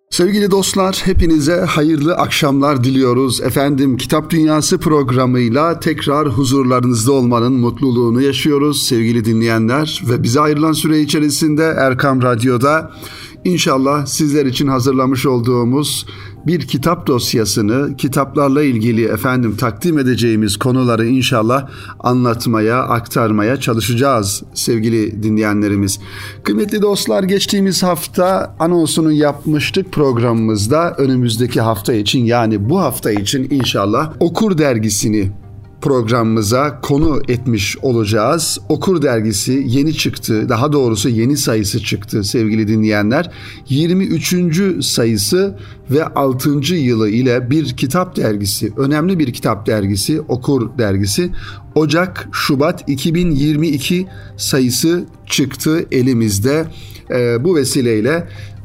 Sevgili dostlar, hepinize hayırlı akşamlar diliyoruz. Efendim, Kitap Dünyası programıyla tekrar huzurlarınızda olmanın mutluluğunu yaşıyoruz sevgili dinleyenler. Ve bize ayrılan süre içerisinde Erkam Radyo'da İnşallah sizler için hazırlamış olduğumuz bir kitap dosyasını, kitaplarla ilgili takdim edeceğimiz konuları inşallah anlatmaya, aktarmaya çalışacağız sevgili dinleyenlerimiz. Kıymetli dostlar, geçtiğimiz hafta anonsunu yapmıştık programımızda. Önümüzdeki hafta için, yani bu hafta için inşallah Okur dergisini programımıza konu etmiş olacağız. Okur dergisi yeni çıktı. Daha doğrusu yeni sayısı çıktı sevgili dinleyenler. 23. sayısı ve 6. yılı ile bir kitap dergisi, önemli bir kitap dergisi, Okur dergisi. Ocak-Şubat 2022 sayısı çıktı elimizde. Bu vesileyle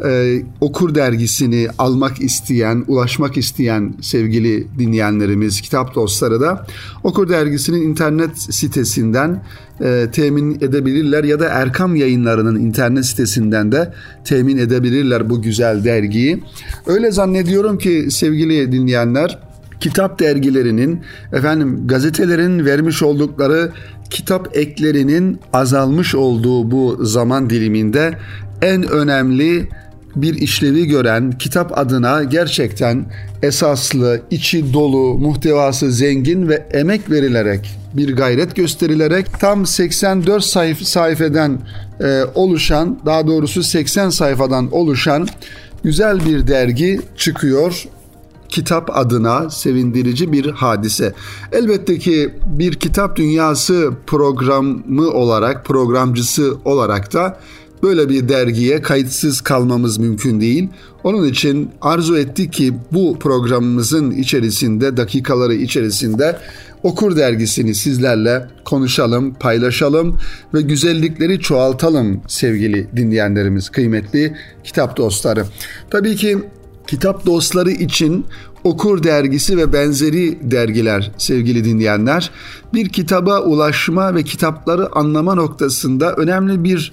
Okur dergisini almak isteyen, ulaşmak isteyen sevgili dinleyenlerimiz, kitap dostları da Okur dergisinin internet sitesinden temin edebilirler ya da Erkam Yayınları'nın internet sitesinden de temin edebilirler bu güzel dergiyi. Öyle zannediyorum ki sevgili dinleyenler, kitap dergilerinin, gazetelerin vermiş oldukları kitap eklerinin azalmış olduğu bu zaman diliminde en önemli bir işlevi gören, kitap adına gerçekten esaslı, içi dolu, muhtevası zengin ve emek verilerek, bir gayret gösterilerek tam 84 sayfadan oluşan, daha doğrusu 80 sayfadan oluşan güzel bir dergi çıkıyor. Kitap adına sevindirici bir hadise. Elbette ki bir kitap dünyası programı olarak, programcısı olarak da böyle bir dergiye kayıtsız kalmamız mümkün değil. Onun için arzu ettik ki bu programımızın içerisinde, dakikaları içerisinde Okur dergisini sizlerle konuşalım, paylaşalım ve güzellikleri çoğaltalım sevgili dinleyenlerimiz, kıymetli kitap dostları. Tabii ki kitap dostları için Okur dergisi ve benzeri dergiler sevgili dinleyenler, bir kitaba ulaşma ve kitapları anlama noktasında önemli bir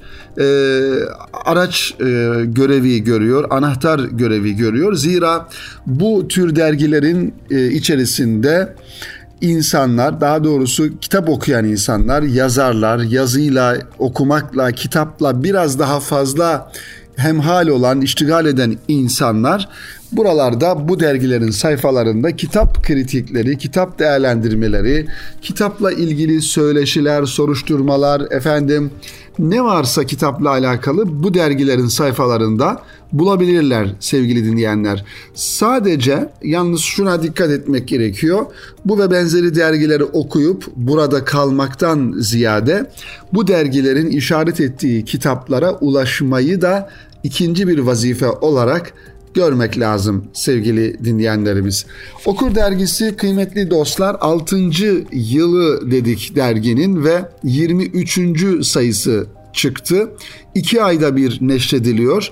araç görevi görüyor, anahtar görevi görüyor. Zira bu tür dergilerin içerisinde insanlar, daha doğrusu kitap okuyan insanlar, yazarlar, yazıyla, okumakla, kitapla biraz daha fazla hemhal olan, iştigal eden insanlar buralarda, bu dergilerin sayfalarında kitap kritikleri, kitap değerlendirmeleri, kitapla ilgili söyleşiler, soruşturmalar, ne varsa kitapla alakalı bu dergilerin sayfalarında bulabilirler sevgili dinleyenler. Sadece yalnız şuna dikkat etmek gerekiyor. Bu ve benzeri dergileri okuyup burada kalmaktan ziyade bu dergilerin işaret ettiği kitaplara ulaşmayı da ikinci bir vazife olarak görmek lazım sevgili dinleyenlerimiz. Okur dergisi, kıymetli dostlar, 6. yılı dedik derginin ve 23. sayısı çıktı. 2 ayda bir neşrediliyor.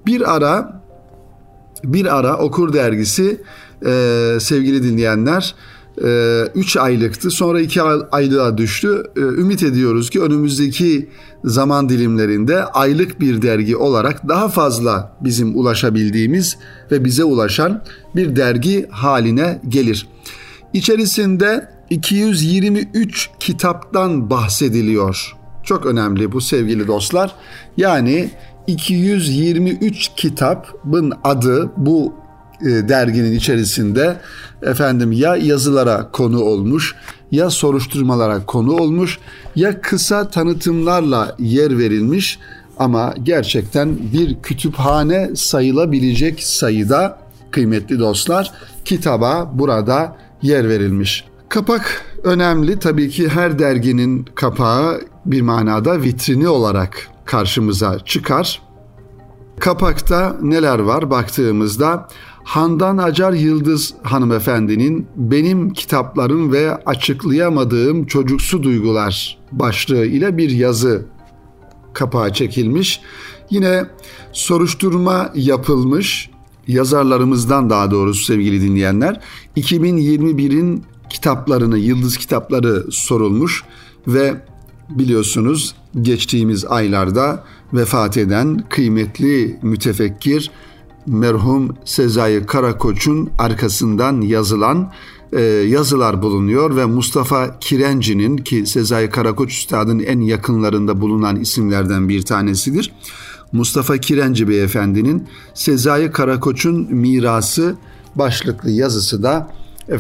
Bir ara Okur dergisi sevgili dinleyenler 3 aylıktı. Sonra 2 aylığa düştü. Ümit ediyoruz ki önümüzdeki zaman dilimlerinde aylık bir dergi olarak daha fazla bizim ulaşabildiğimiz ve bize ulaşan bir dergi haline gelir. İçerisinde 223 kitaptan bahsediliyor. Çok önemli bu sevgili dostlar. Yani 223 kitabın adı bu derginin içerisinde ya yazılara konu olmuş, ya soruşturmalara konu olmuş, ya kısa tanıtımlarla yer verilmiş ama gerçekten bir kütüphane sayılabilecek sayıda, kıymetli dostlar, kitaba burada yer verilmiş. Kapak önemli. Tabii ki her derginin kapağı bir manada vitrini olarak karşımıza çıkar. Kapakta neler var baktığımızda, Handan Acar Yıldız hanımefendinin "Benim kitaplarım ve açıklayamadığım çocuksu duygular" başlığı ile bir yazı kapağa çekilmiş. Yine soruşturma yapılmış, yazarlarımızdan, daha doğrusu sevgili dinleyenler, 2021'in kitaplarını, yıldız kitapları sorulmuş ve biliyorsunuz geçtiğimiz aylarda vefat eden kıymetli mütefekkir merhum Sezai Karakoç'un arkasından yazılan yazılar bulunuyor ve Mustafa Kirenci'nin, ki Sezai Karakoç Üstad'ın en yakınlarında bulunan isimlerden bir tanesidir, Mustafa Kirenci Beyefendinin Sezai Karakoç'un mirası başlıklı yazısı da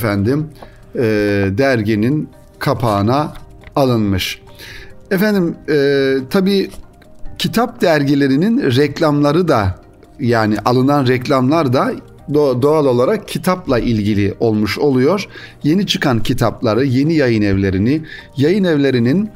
derginin kapağına alınmış. Tabii kitap dergilerinin reklamları da, yani alınan reklamlar da doğal olarak kitapla ilgili olmuş oluyor. Yeni çıkan kitapları, yeni yayın evlerinin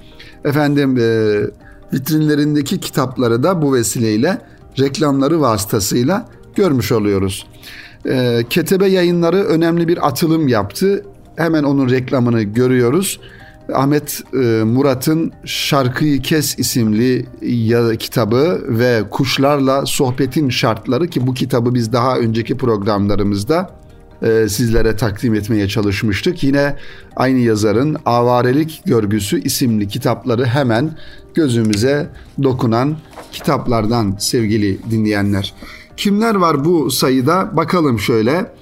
vitrinlerindeki kitapları da bu vesileyle reklamları vasıtasıyla görmüş oluyoruz. Ketebe Yayınları önemli bir atılım yaptı. Hemen onun reklamını görüyoruz. Ahmet Murat'ın Şarkıyı Kes isimli kitabı ve Kuşlarla Sohbetin Şartları, ki bu kitabı biz daha önceki programlarımızda sizlere takdim etmeye çalışmıştık. Yine aynı yazarın Avarelik Görgüsü isimli kitapları hemen gözümüze dokunan kitaplardan sevgili dinleyenler. Kimler var bu sayıda? Bakalım şöyle.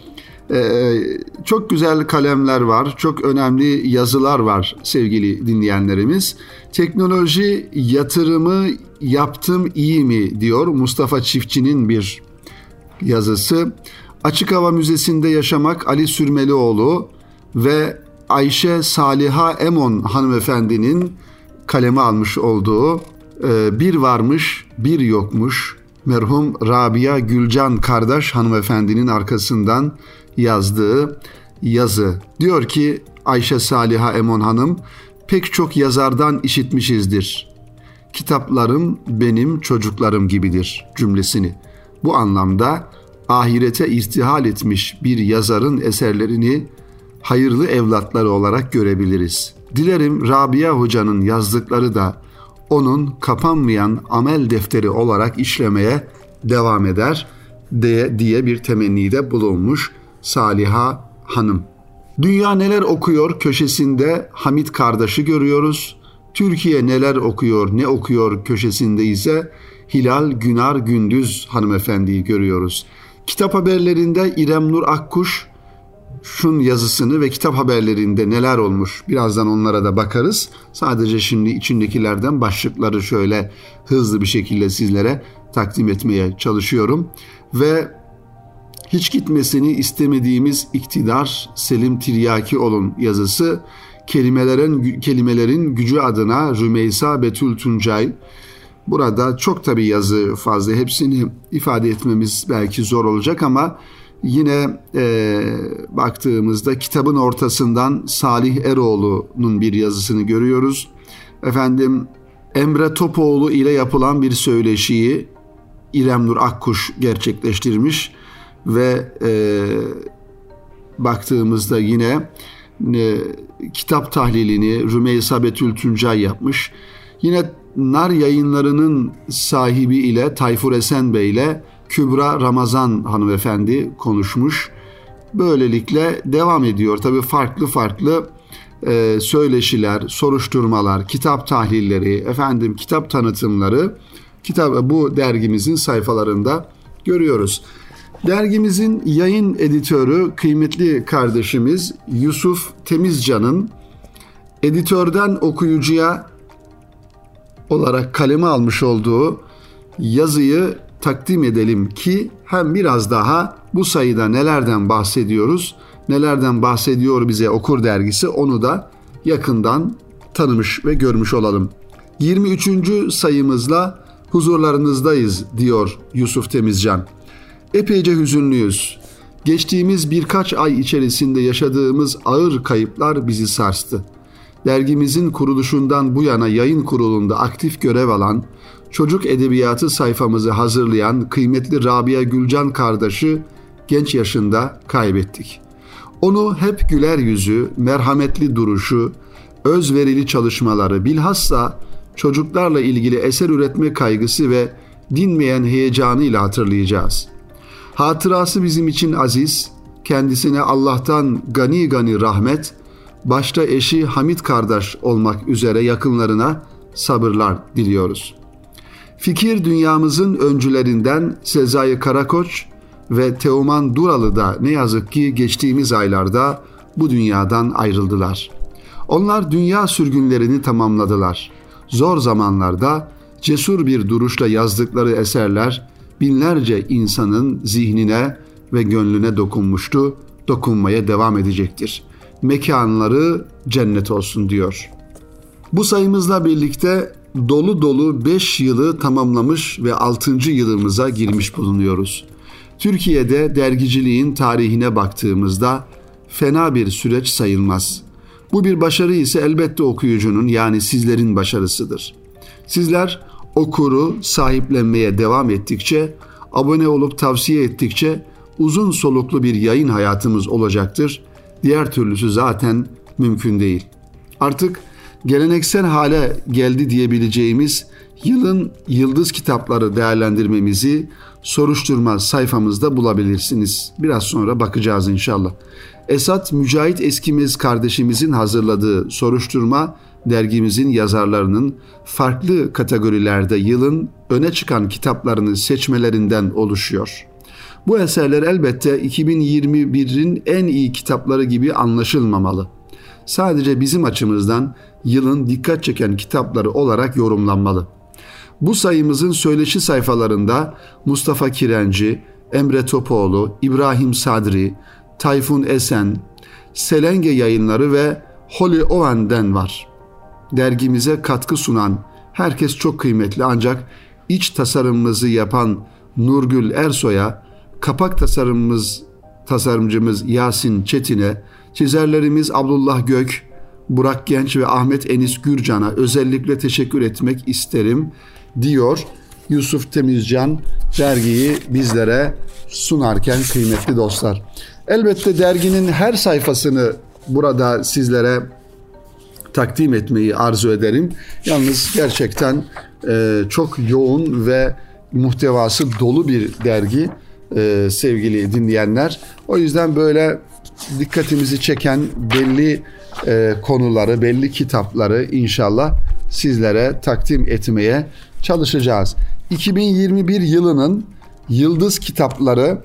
Çok güzel kalemler var, çok önemli yazılar var sevgili dinleyenlerimiz. Teknoloji yatırımı yaptım iyi mi diyor Mustafa Çiftçi'nin bir yazısı. Açık Hava Müzesi'nde yaşamak Ali Sürmelioğlu ve Ayşe Saliha Emon hanımefendinin kaleme almış olduğu Bir Varmış Bir Yokmuş merhum Rabia Gülcan kardeş hanımefendinin arkasından yazdığı yazı. Diyor ki Ayşe Saliha Emon Hanım, pek çok yazardan işitmişizdir. Kitaplarım benim çocuklarım gibidir cümlesini. Bu anlamda ahirete irtihal etmiş bir yazarın eserlerini hayırlı evlatları olarak görebiliriz. Dilerim Rabia Hoca'nın yazdıkları da onun kapanmayan amel defteri olarak işlemeye devam eder diye bir temennide bulunmuş Saliha Hanım. Dünya neler okuyor köşesinde Hamit kardeşi görüyoruz. Türkiye neler okuyor, ne okuyor köşesinde ise Hilal Günar Gündüz hanımefendiyi görüyoruz. Kitap haberlerinde İrem Nur Akkuş şun yazısını ve kitap haberlerinde neler olmuş birazdan onlara da bakarız. Sadece şimdi içindekilerden başlıkları şöyle hızlı bir şekilde sizlere takdim etmeye çalışıyorum. Ve hiç gitmesini istemediğimiz iktidar Selim Tiryakioğlu'nun yazısı, kelimelerin gücü adına Rümeysa Betül Tuncay. Burada çok tabii yazı fazla, hepsini ifade etmemiz belki zor olacak ama yine baktığımızda kitabın ortasından Salih Eroğlu'nun bir yazısını görüyoruz. Emre Topoğlu ile yapılan bir söyleşiyi İrem Nur Akkuş gerçekleştirmiş ve baktığımızda yine kitap tahlilini Rümeysa Betül Tuncay yapmış. Yine Nar Yayınları'nın sahibi ile Tayfur Esen Bey ile Kübra Ramazan hanımefendi konuşmuş. Böylelikle devam ediyor. Tabii farklı söyleşiler, soruşturmalar, kitap tahlilleri, kitap tanıtımları bu dergimizin sayfalarında görüyoruz. Dergimizin yayın editörü kıymetli kardeşimiz Yusuf Temizcan'ın editörden okuyucuya olarak kaleme almış olduğu yazıyı takdim edelim ki hem biraz daha bu sayıda nelerden bahsediyoruz, nelerden bahsediyor bize Okur Dergisi, onu da yakından tanımış ve görmüş olalım. 23. sayımızla huzurlarınızdayız diyor Yusuf Temizcan. Epeyce hüzünlüyüz. Geçtiğimiz birkaç ay içerisinde yaşadığımız ağır kayıplar bizi sarstı. Dergimizin kuruluşundan bu yana yayın kurulunda aktif görev alan, çocuk edebiyatı sayfamızı hazırlayan kıymetli Rabia Gülcan kardeşi genç yaşında kaybettik. Onu hep güler yüzü, merhametli duruşu, özverili çalışmaları, bilhassa çocuklarla ilgili eser üretme kaygısı ve dinmeyen heyecanıyla hatırlayacağız. Hatırası bizim için aziz, kendisine Allah'tan gani gani rahmet, başta eşi Hamit kardeş olmak üzere yakınlarına sabırlar diliyoruz. Fikir dünyamızın öncülerinden Sezai Karakoç, ve Teoman Duralı da ne yazık ki geçtiğimiz aylarda bu dünyadan ayrıldılar. Onlar dünya sürgünlerini tamamladılar. Zor zamanlarda cesur bir duruşla yazdıkları eserler binlerce insanın zihnine ve gönlüne dokunmuştu, dokunmaya devam edecektir. Mekanları cennet olsun diyor. Bu sayımızla birlikte dolu dolu 5 yılı tamamlamış ve 6. yılımıza girmiş bulunuyoruz. Türkiye'de dergiciliğin tarihine baktığımızda fena bir süreç sayılmaz. Bu bir başarı ise elbette okuyucunun, yani sizlerin başarısıdır. Sizler okuru sahiplenmeye devam ettikçe, abone olup tavsiye ettikçe uzun soluklu bir yayın hayatımız olacaktır. Diğer türlüsü zaten mümkün değil. Artık geleneksel hale geldi diyebileceğimiz yılın yıldız kitapları değerlendirmemizi soruşturma sayfamızda bulabilirsiniz. Biraz sonra bakacağız inşallah. Esat Mücahit Eskimiz kardeşimizin hazırladığı soruşturma, dergimizin yazarlarının farklı kategorilerde yılın öne çıkan kitaplarını seçmelerinden oluşuyor. Bu eserler elbette 2021'in en iyi kitapları gibi anlaşılmamalı. Sadece bizim açımızdan yılın dikkat çeken kitapları olarak yorumlanmalı. Bu sayımızın söyleşi sayfalarında Mustafa Kirenci, Emre Topoğlu, İbrahim Sadri, Tayfun Esen, Selenge Yayınları ve Holly Owen'den var. Dergimize katkı sunan herkes çok kıymetli, ancak iç tasarımımızı yapan Nurgül Ersoy'a, kapak tasarımcımız Yasin Çetin'e, çizerlerimiz Abdullah Gök, Burak Genç ve Ahmet Enis Gürcan'a özellikle teşekkür etmek isterim diyor Yusuf Temizcan dergiyi bizlere sunarken kıymetli dostlar. Elbette derginin her sayfasını burada sizlere takdim etmeyi arzu ederim. Yalnız gerçekten çok yoğun ve muhtevası dolu bir dergi sevgili dinleyenler. O yüzden böyle dikkatimizi çeken belli konuları, belli kitapları inşallah sizlere takdim etmeye çalışacağız. 2021 yılının yıldız kitapları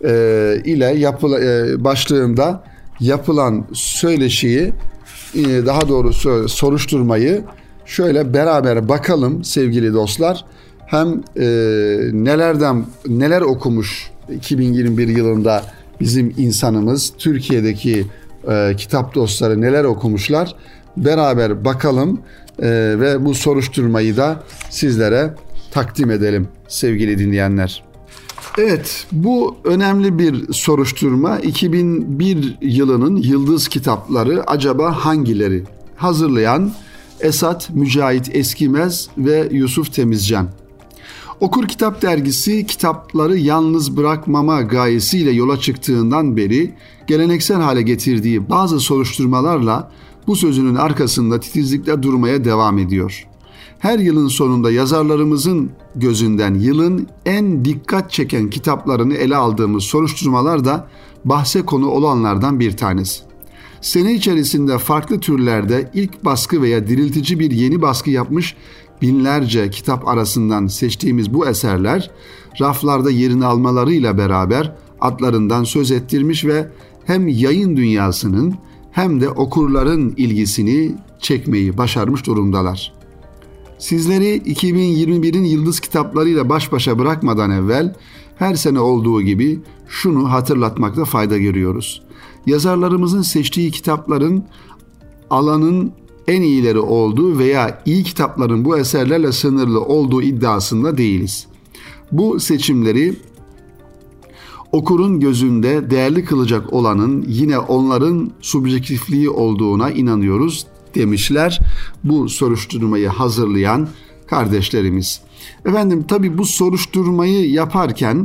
ile başlığında yapılan söyleşiyi, daha doğrusu soruşturmayı şöyle beraber bakalım sevgili dostlar. Hem neler okumuş 2021 yılında bizim insanımız, Türkiye'deki kitap dostları neler okumuşlar, beraber bakalım ve bu soruşturmayı da sizlere takdim edelim sevgili dinleyenler. Evet, bu önemli bir soruşturma. 2001 yılının yıldız kitapları acaba hangileri? Hazırlayan Esat Mücahit Eskimez ve Yusuf Temizcan. Okur Kitap Dergisi kitapları yalnız bırakmama gayesiyle yola çıktığından beri geleneksel hale getirdiği bazı soruşturmalarla bu sözünün arkasında titizlikle durmaya devam ediyor. Her yılın sonunda yazarlarımızın gözünden yılın en dikkat çeken kitaplarını ele aldığımız soruşturmalar da bahse konu olanlardan bir tanesi. Sene içerisinde farklı türlerde ilk baskı veya diriltici bir yeni baskı yapmış binlerce kitap arasından seçtiğimiz bu eserler raflarda yerini almalarıyla beraber adlarından söz ettirmiş ve hem yayın dünyasının hem de okurların ilgisini çekmeyi başarmış durumdalar. Sizleri 2021'in yıldız kitaplarıyla baş başa bırakmadan evvel her sene olduğu gibi şunu hatırlatmakta fayda görüyoruz. Yazarlarımızın seçtiği kitapların alanın en iyileri olduğu veya iyi kitapların bu eserlerle sınırlı olduğu iddiasında değiliz. Bu seçimleri okurun gözünde değerli kılacak olanın yine onların subjektifliği olduğuna inanıyoruz demişler bu soruşturmayı hazırlayan kardeşlerimiz. Efendim, tabii bu soruşturmayı yaparken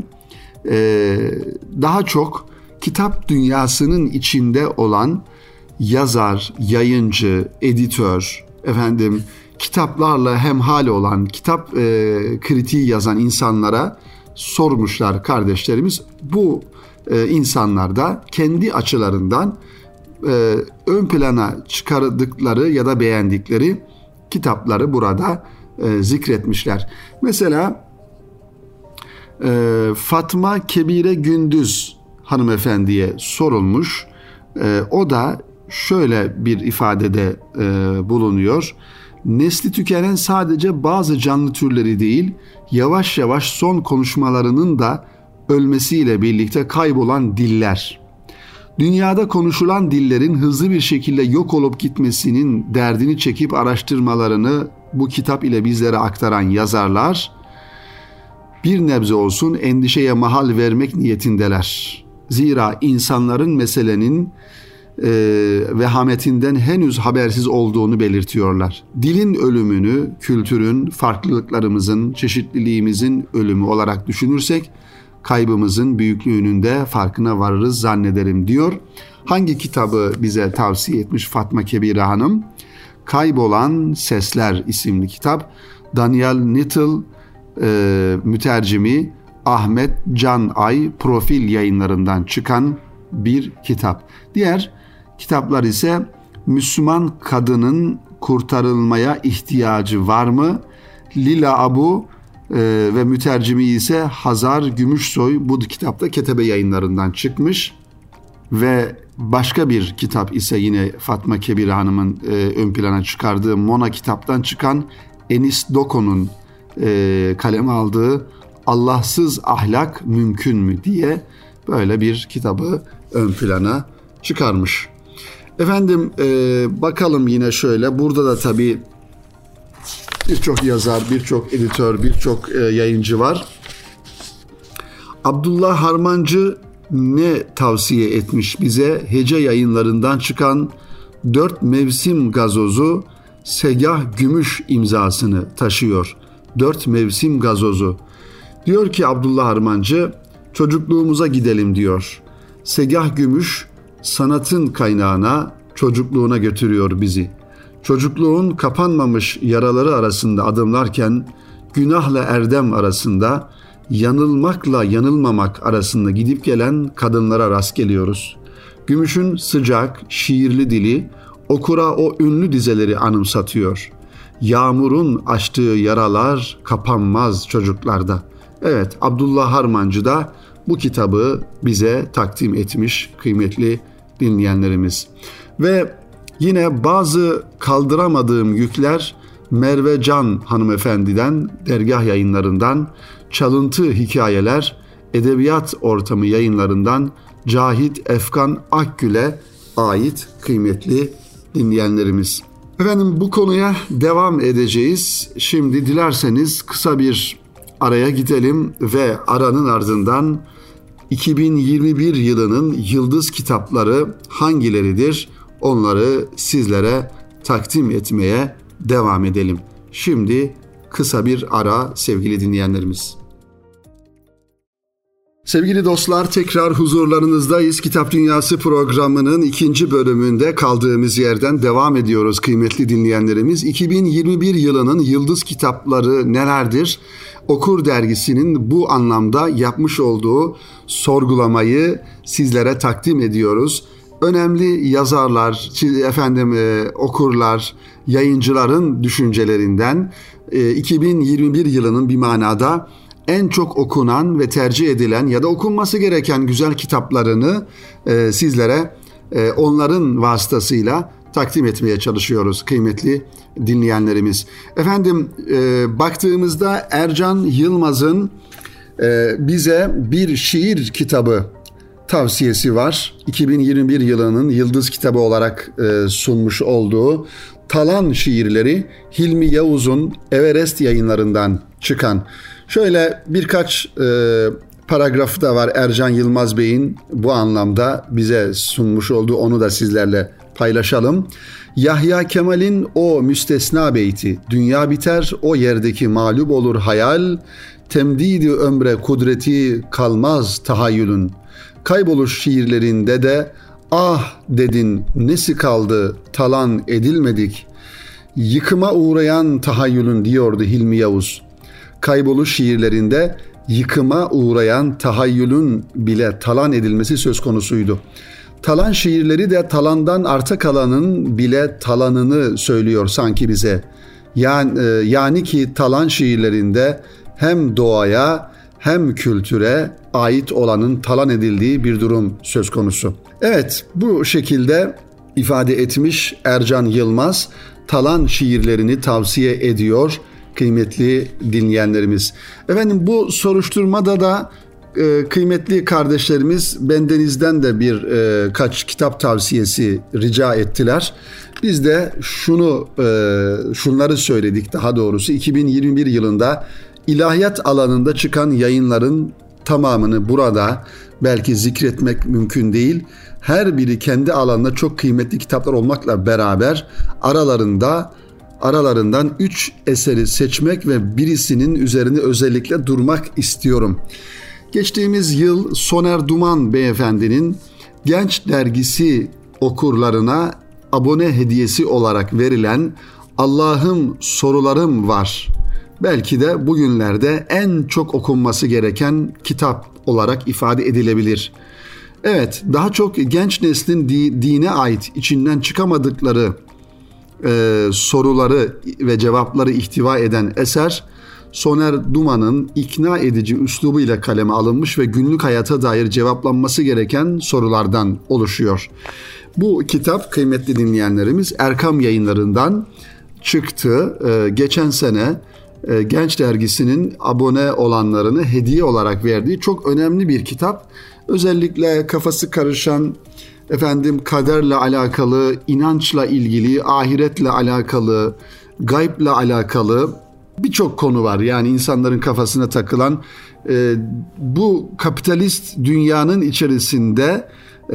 daha çok kitap dünyasının içinde olan yazar, yayıncı, editör, kitaplarla hemhal olan, kitap kritiği yazan insanlara sormuşlar kardeşlerimiz. Bu insanlar da kendi açılarından ön plana çıkardıkları ya da beğendikleri kitapları burada zikretmişler. Mesela Fatma Kebire Gündüz hanımefendiye sorulmuş. O da şöyle bir ifadede bulunuyor. Nesli tükenen sadece bazı canlı türleri değil, yavaş yavaş son konuşmalarının da ölmesiyle birlikte kaybolan diller. Dünyada konuşulan dillerin hızlı bir şekilde yok olup gitmesinin derdini çekip araştırmalarını bu kitap ile bizlere aktaran yazarlar, bir nebze olsun endişeye mahal vermek niyetindeler. Zira insanların meselenin vehametinden henüz habersiz olduğunu belirtiyorlar. Dilin ölümünü, kültürün, farklılıklarımızın, çeşitliliğimizin ölümü olarak düşünürsek, kaybımızın büyüklüğünün de farkına varırız zannederim diyor. Hangi kitabı bize tavsiye etmiş Fatma Kebire Hanım? Kaybolan Sesler isimli kitap. Daniel Nettle mütercimi, Ahmet Can Ay Profil Yayınlarından çıkan bir kitap. Diğer kitaplar ise Müslüman Kadının Kurtarılmaya İhtiyacı Var mı? Lila Abu ve mütercimi ise Hazar Gümüşsoy. Bu kitapta Ketebe Yayınlarından çıkmış. Ve başka bir kitap ise yine Fatma Kebire Hanım'ın ön plana çıkardığı Mona kitaptan çıkan Enis Doko'nun kaleme aldığı Allahsız Ahlak Mümkün mü diye böyle bir kitabı ön plana çıkarmış. Efendim bakalım yine şöyle, burada da tabii birçok yazar, birçok editör, birçok yayıncı var. Abdullah Harmancı ne tavsiye etmiş bize? Hece Yayınlarından çıkan 4 Mevsim gazozu Segah Gümüş imzasını taşıyor. 4 Mevsim gazozu. Diyor ki Abdullah Harmancı, çocukluğumuza gidelim diyor. Segah Gümüş sanatın kaynağına, çocukluğuna götürüyor bizi. Çocukluğun kapanmamış yaraları arasında adımlarken, günahla erdem arasında, yanılmakla yanılmamak arasında gidip gelen kadınlara rast geliyoruz. Gümüş'ün sıcak, şiirli dili okura o ünlü dizeleri anımsatıyor. Yağmurun açtığı yaralar kapanmaz çocuklarda. Evet, Abdullah Harmancı da bu kitabı bize takdim etmiş kıymetli dinleyenlerimiz. Ve yine bazı kaldıramadığım yükler Merve Can hanımefendiden, Dergah Yayınlarından, Çalıntı Hikayeler, Edebiyat Ortamı Yayınlarından Cahit Efkan Akgül'e ait kıymetli dinleyenlerimiz. Efendim bu konuya devam edeceğiz. Şimdi dilerseniz kısa bir araya gidelim ve aranın ardından 2021 yılının yıldız kitapları hangileridir? Onları sizlere takdim etmeye devam edelim. Şimdi kısa bir ara sevgili dinleyenlerimiz. Sevgili dostlar, tekrar huzurlarınızdayız. Kitap Dünyası programının 2. bölümünde kaldığımız yerden devam ediyoruz kıymetli dinleyenlerimiz. 2021 yılının yıldız kitapları nelerdir? Okur Dergisi'nin bu anlamda yapmış olduğu sorgulamayı sizlere takdim ediyoruz. Önemli yazarlar, okurlar, yayıncıların düşüncelerinden 2021 yılının bir manada en çok okunan ve tercih edilen ya da okunması gereken güzel kitaplarını sizlere onların vasıtasıyla takdim etmeye çalışıyoruz kıymetli dinleyenlerimiz. Efendim baktığımızda Ercan Yılmaz'ın bize bir şiir kitabı tavsiyesi var. 2021 yılının yıldız kitabı olarak sunmuş olduğu Talan Şiirleri, Hilmi Yavuz'un Everest Yayınlarından çıkan. Şöyle birkaç paragrafı da var Ercan Yılmaz Bey'in bu anlamda bize sunmuş olduğu, onu da sizlerle paylaşalım. Yahya Kemal'in o müstesna beyti, dünya biter o yerdeki mağlup olur hayal, temdidi ömre kudreti kalmaz tahayyülün. Kayboluş şiirlerinde de ah dedin nesi kaldı talan edilmedik. Yıkıma uğrayan tahayyülün diyordu Hilmi Yavuz. Kayboluş şiirlerinde yıkıma uğrayan tahayyülün bile talan edilmesi söz konusuydu. Talan şiirleri de talandan arta kalanın bile talanını söylüyor sanki bize. Yani ki talan şiirlerinde hem doğaya hem kültüre ait olanın talan edildiği bir durum söz konusu. Evet, bu şekilde ifade etmiş Ercan Yılmaz, talan şiirlerini tavsiye ediyor kıymetli dinleyenlerimiz. Efendim, bu soruşturmada da kıymetli kardeşlerimiz bendenizden de birkaç kitap tavsiyesi rica ettiler. Biz de şunları söyledik, daha doğrusu 2021 yılında ilahiyat alanında çıkan yayınların tamamını burada belki zikretmek mümkün değil. Her biri kendi alanında çok kıymetli kitaplar olmakla beraber aralarından 3 eseri seçmek ve birisinin üzerine özellikle durmak istiyorum. Geçtiğimiz yıl Soner Duman beyefendinin Genç Dergisi okurlarına abone hediyesi olarak verilen Allah'ım Sorularım Var, belki de bugünlerde en çok okunması gereken kitap olarak ifade edilebilir. Evet, daha çok genç neslin dine ait içinden çıkamadıkları soruları ve cevapları ihtiva eden eser, Soner Duman'ın ikna edici üslubuyla kaleme alınmış ve günlük hayata dair cevaplanması gereken sorulardan oluşuyor. Bu kitap kıymetli dinleyenlerimiz Erkam Yayınları'ndan çıktı. Geçen sene Genç Dergisi'nin abone olanlarını hediye olarak verdiği çok önemli bir kitap. Özellikle kafası karışan, kaderle alakalı, inançla ilgili, ahiretle alakalı, gayble alakalı birçok konu var. Yani insanların kafasına takılan bu kapitalist dünyanın içerisinde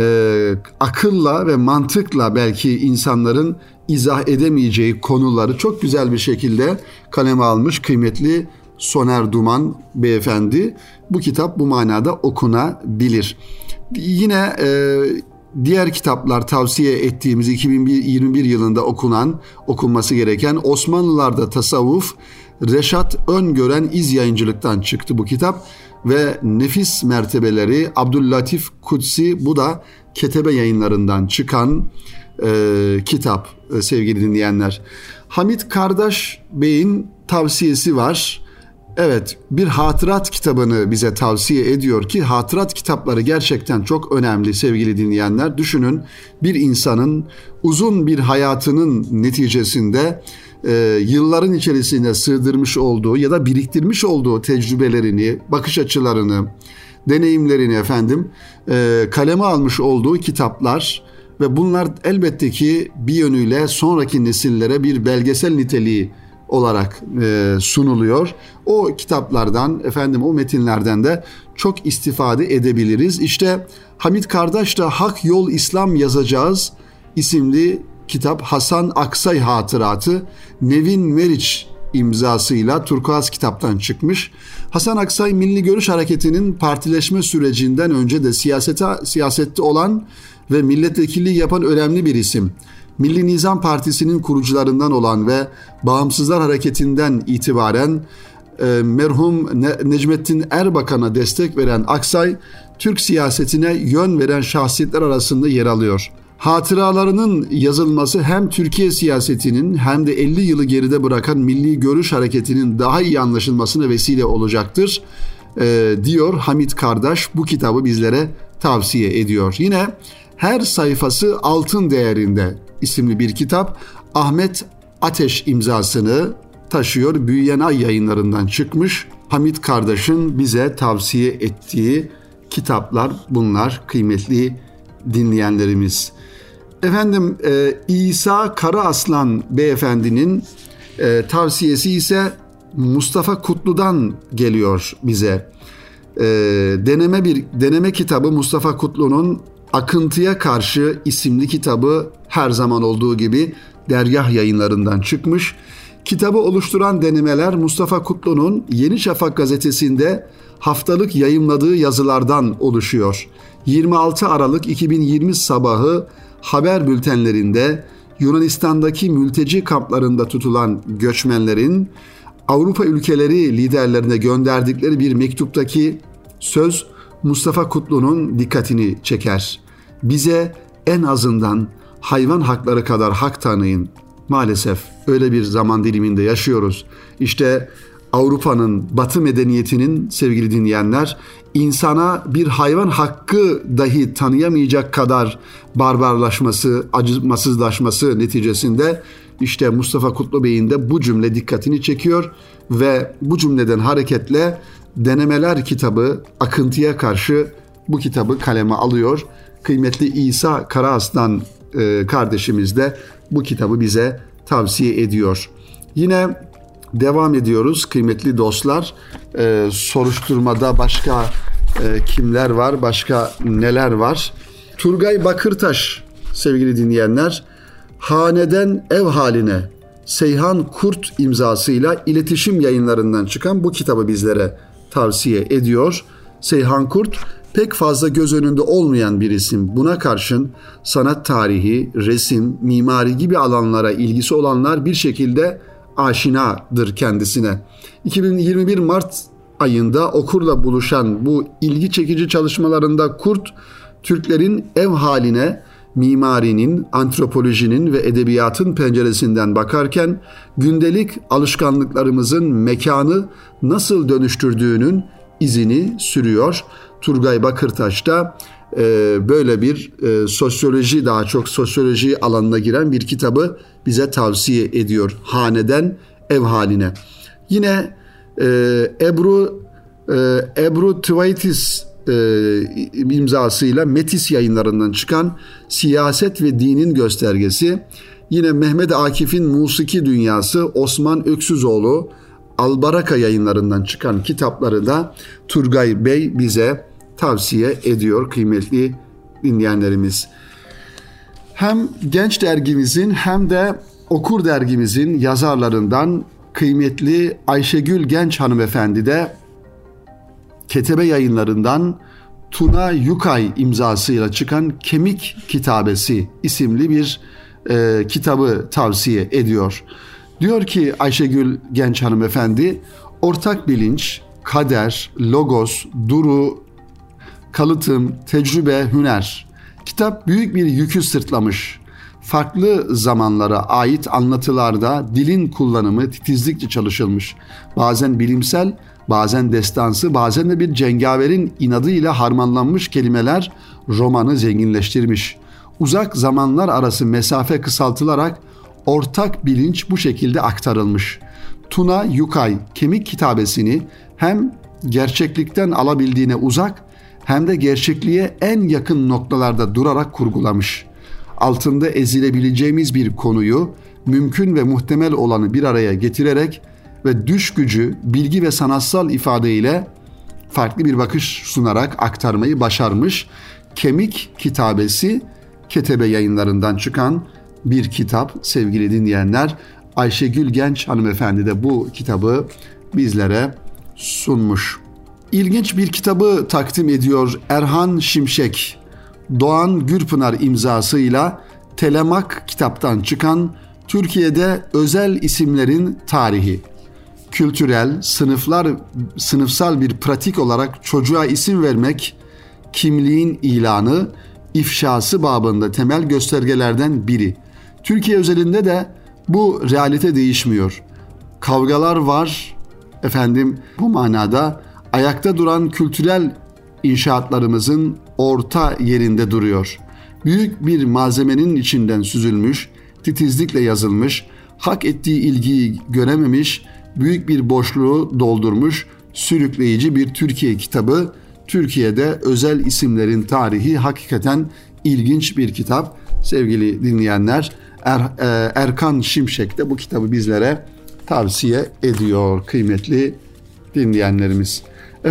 akılla ve mantıkla belki insanların izah edemeyeceği konuları çok güzel bir şekilde kaleme almış kıymetli Soner Duman beyefendi. Bu kitap bu manada okunabilir. Yine diğer kitaplar tavsiye ettiğimiz 2021 yılında okunması gereken Osmanlılar'da Tasavvuf, Reşat Öngören İz Yayıncılık'tan çıktı bu kitap ve Nefis Mertebeleri Abdüllatif Kutsi, bu da Ketebe Yayınları'ndan çıkan kitap sevgili dinleyenler. Hamit Kardeş Bey'in tavsiyesi var. Evet, bir hatırat kitabını bize tavsiye ediyor ki hatırat kitapları gerçekten çok önemli sevgili dinleyenler. Düşünün, bir insanın uzun bir hayatının neticesinde yılların içerisinde sığdırmış olduğu ya da biriktirmiş olduğu tecrübelerini, bakış açılarını, deneyimlerini kaleme almış olduğu kitaplar ve bunlar elbette ki bir yönüyle sonraki nesillere bir belgesel niteliği olarak sunuluyor. O kitaplardan, o metinlerden de çok istifade edebiliriz. İşte Hamit Kardeş'le Hak Yol İslam Yazacağız isimli kitap, Hasan Aksay Hatıratı, Nevin Meriç imzasıyla Turkuaz Kitap'tan çıkmış. Hasan Aksay, Milli Görüş Hareketi'nin partileşme sürecinden önce de siyasette olan ve milletvekilliği yapan önemli bir isim. Milli Nizam Partisi'nin kurucularından olan ve Bağımsızlar Hareketi'nden itibaren merhum Necmettin Erbakan'a destek veren Aksay, Türk siyasetine yön veren şahsiyetler arasında yer alıyor. Hatıralarının yazılması hem Türkiye siyasetinin hem de 50 yılı geride bırakan Milli Görüş Hareketi'nin daha iyi anlaşılmasına vesile olacaktır, diyor Hamit Kardeş. Bu kitabı bizlere tavsiye ediyor. Yine Her Sayfası Altın Değerinde isimli bir kitap Ahmet Ateş imzasını taşıyor. Büyüyen Ay Yayınları'ndan çıkmış. Hamit Kardeş'in bize tavsiye ettiği kitaplar bunlar kıymetli dinleyenlerimiz. İsa Karaaslan beyefendinin tavsiyesi ise Mustafa Kutlu'dan geliyor bize. Deneme kitabı Mustafa Kutlu'nun Akıntıya Karşı isimli kitabı her zaman olduğu gibi Dergah Yayınları'ndan çıkmış. Kitabı oluşturan denemeler Mustafa Kutlu'nun Yeni Şafak gazetesinde haftalık yayımladığı yazılardan oluşuyor. 26 Aralık 2020 sabahı haber bültenlerinde Yunanistan'daki mülteci kamplarında tutulan göçmenlerin Avrupa ülkeleri liderlerine gönderdikleri bir mektuptaki söz Mustafa Kutlu'nun dikkatini çeker. Bize en azından hayvan hakları kadar hak tanıyın. Maalesef öyle bir zaman diliminde yaşıyoruz. İşte Avrupa'nın, Batı medeniyetinin sevgili dinleyenler, insana bir hayvan hakkı dahi tanıyamayacak kadar barbarlaşması, acımasızlaşması neticesinde işte Mustafa Kutlu Bey'in de bu cümle dikkatini çekiyor ve bu cümleden hareketle Denemeler kitabı Akıntıya Karşı bu kitabı kaleme alıyor. Kıymetli İsa Karaaslan kardeşimiz de bu kitabı bize tavsiye ediyor. Yine devam ediyoruz kıymetli dostlar. Soruşturmada başka kimler var, başka neler var? Turgay Bakırtaş sevgili dinleyenler, Haneden Ev Haline Seyhan Kurt imzasıyla İletişim Yayınlarından çıkan bu kitabı bizlere tavsiye ediyor. Seyhan Kurt pek fazla göz önünde olmayan bir isim. Buna karşın sanat tarihi, resim, mimari gibi alanlara ilgisi olanlar bir şekilde aşinadır kendisine. 2021 Mart ayında Okur'la buluşan bu ilgi çekici çalışmalarında Kurt, Türklerin ev haline mimarinin, antropolojinin ve edebiyatın penceresinden bakarken gündelik alışkanlıklarımızın mekanı nasıl dönüştürdüğünün izini sürüyor. Turgay Bakırtaş da böyle bir sosyoloji, daha çok sosyoloji alanına giren bir kitabı bize tavsiye ediyor. Haneden Ev Haline. Yine Ebru Tvaitis imzasıyla Metis Yayınlarından çıkan Siyaset ve Dinin Göstergesi, yine Mehmet Akif'in Musiki Dünyası, Osman Öksüzoğlu Albaraka Yayınlarından çıkan kitapları da Turgay Bey bize tavsiye ediyor kıymetli dinleyenlerimiz. Hem Genç Dergimizin hem de Okur Dergimizin yazarlarından kıymetli Ayşegül Genç hanımefendi de Ketebe Yayınlarından Tuna Yukay imzasıyla çıkan Kemik Kitabesi isimli bir kitabı tavsiye ediyor. Diyor ki Ayşegül Genç hanımefendi, ortak bilinç, kader, logos, duru, kalıtım, tecrübe, hüner. Kitap büyük bir yükü sırtlamış. Farklı zamanlara ait anlatılarda dilin kullanımı titizlikle çalışılmış. Bazen bilimsel, bazen destansı, bazen de bir cengaverin inadıyla harmanlanmış kelimeler romanı zenginleştirmiş. Uzak zamanlar arası mesafe kısaltılarak ortak bilinç bu şekilde aktarılmış. Tuna Yukay Kemik Kitabesini hem gerçeklikten alabildiğine uzak hem de gerçekliğe en yakın noktalarda durarak kurgulamış. Altında ezilebileceğimiz bir konuyu mümkün ve muhtemel olanı bir araya getirerek ve düş gücü, bilgi ve sanatsal ifadeyle farklı bir bakış sunarak aktarmayı başarmış. Kemik Kitabesi Ketebe Yayınlarından çıkan bir kitap sevgili dinleyenler. Ayşegül Genç hanımefendi de bu kitabı bizlere sunmuş. İlginç bir kitabı takdim ediyor Erhan Şimşek. Doğan Gürpınar imzasıyla Telemak kitaptan çıkan Türkiye'de özel isimlerin tarihi. Kültürel, sınıfsal bir pratik olarak çocuğa isim vermek, kimliğin ilanı, ifşası babında temel göstergelerden biri. Türkiye özelinde de bu realite değişmiyor. Kavgalar var, bu manada ayakta duran kültürel inşaatlarımızın orta yerinde duruyor. Büyük bir malzemenin içinden süzülmüş, titizlikle yazılmış, hak ettiği ilgiyi görememiş, büyük bir boşluğu doldurmuş, sürükleyici bir Türkiye kitabı. Türkiye'de özel isimlerin tarihi hakikaten ilginç bir kitap. Sevgili dinleyenler, Erkan Şimşek de bu kitabı bizlere tavsiye ediyor kıymetli dinleyenlerimiz.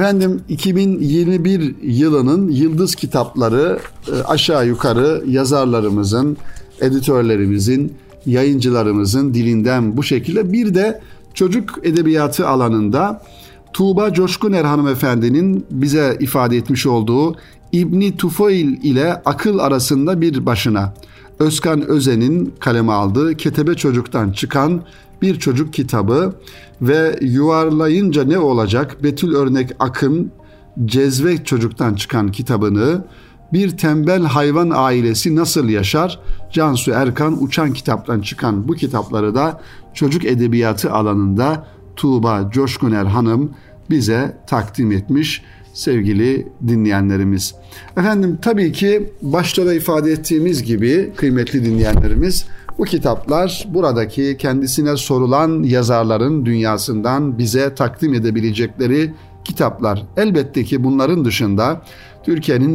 2021 yılının yıldız kitapları aşağı yukarı yazarlarımızın, editörlerimizin, yayıncılarımızın dilinden bu şekilde. Bir de çocuk edebiyatı alanında Tuğba Coşkuner hanımefendinin bize ifade etmiş olduğu İbni Tufail ile Akıl Arasında Bir Başına, Özkan Özen'in kaleme aldığı Ketebe Çocuk'tan çıkan bir çocuk kitabı ve Yuvarlayınca Ne Olacak, Betül Örnek Akın Cezve Çocuk'tan çıkan kitabını, Bir Tembel Hayvan Ailesi Nasıl Yaşar, Cansu Erkan Uçan kitaptan çıkan bu kitapları da çocuk edebiyatı alanında Tuğba Coşkuner Hanım bize takdim etmiş sevgili dinleyenlerimiz. Efendim tabii ki başta da ifade ettiğimiz gibi kıymetli dinleyenlerimiz, bu kitaplar buradaki kendisine sorulan yazarların dünyasından bize takdim edebilecekleri kitaplar. Elbette ki bunların dışında Türkiye'nin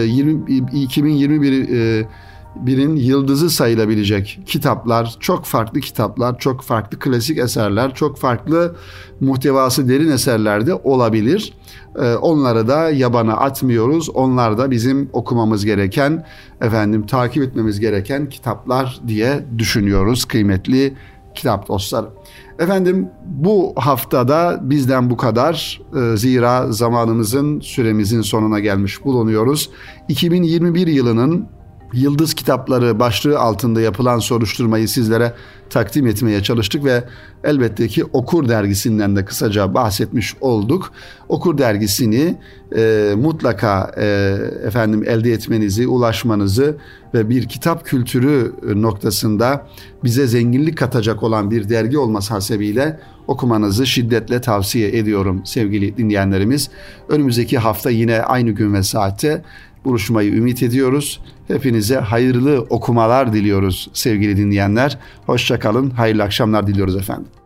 2021'in yıldızı sayılabilecek kitaplar, çok farklı kitaplar, çok farklı klasik eserler, çok farklı muhtevası derin eserler de olabilir. Onları da yabana atmıyoruz. Onlar da bizim okumamız gereken, takip etmemiz gereken kitaplar diye düşünüyoruz kıymetli kitap dostları. Efendim bu haftada bizden bu kadar. Zira zamanımızın, süremizin sonuna gelmiş bulunuyoruz. 2021 yılının Yıldız Kitapları başlığı altında yapılan soruşturmayı sizlere takdim etmeye çalıştık ve elbette ki Okur Dergisi'nden de kısaca bahsetmiş olduk. Okur Dergisi'ni mutlaka elde etmenizi, ulaşmanızı ve bir kitap kültürü noktasında bize zenginlik katacak olan bir dergi olması hasebiyle okumanızı şiddetle tavsiye ediyorum sevgili dinleyenlerimiz. Önümüzdeki hafta yine aynı gün ve saatte buluşmayı ümit ediyoruz. Hepinize hayırlı okumalar diliyoruz sevgili dinleyenler. Hoşça kalın, hayırlı akşamlar diliyoruz efendim.